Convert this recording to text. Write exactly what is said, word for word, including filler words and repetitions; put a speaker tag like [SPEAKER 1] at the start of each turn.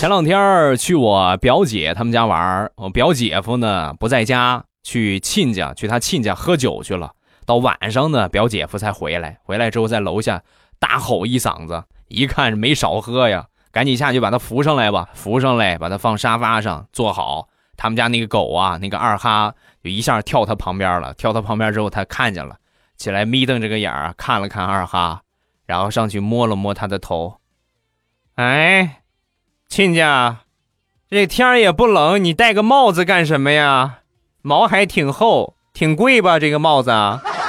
[SPEAKER 1] 前两天去我表姐他们家玩，我表姐夫呢不在家，去亲家去他亲家喝酒去了。到晚上呢，表姐夫才回来，回来之后在楼下大吼一嗓子，一看没少喝呀，赶紧下去把他扶上来吧，扶上来把他放沙发上坐好。他们家那个狗啊，那个二哈就一下跳他旁边了，跳他旁边之后他看见了，起来眯瞪这个眼儿看了看二哈，然后上去摸了摸他的头。哎，亲家，这天也不冷，你戴个帽子干什么呀？毛还挺厚，挺贵吧这个帽子啊？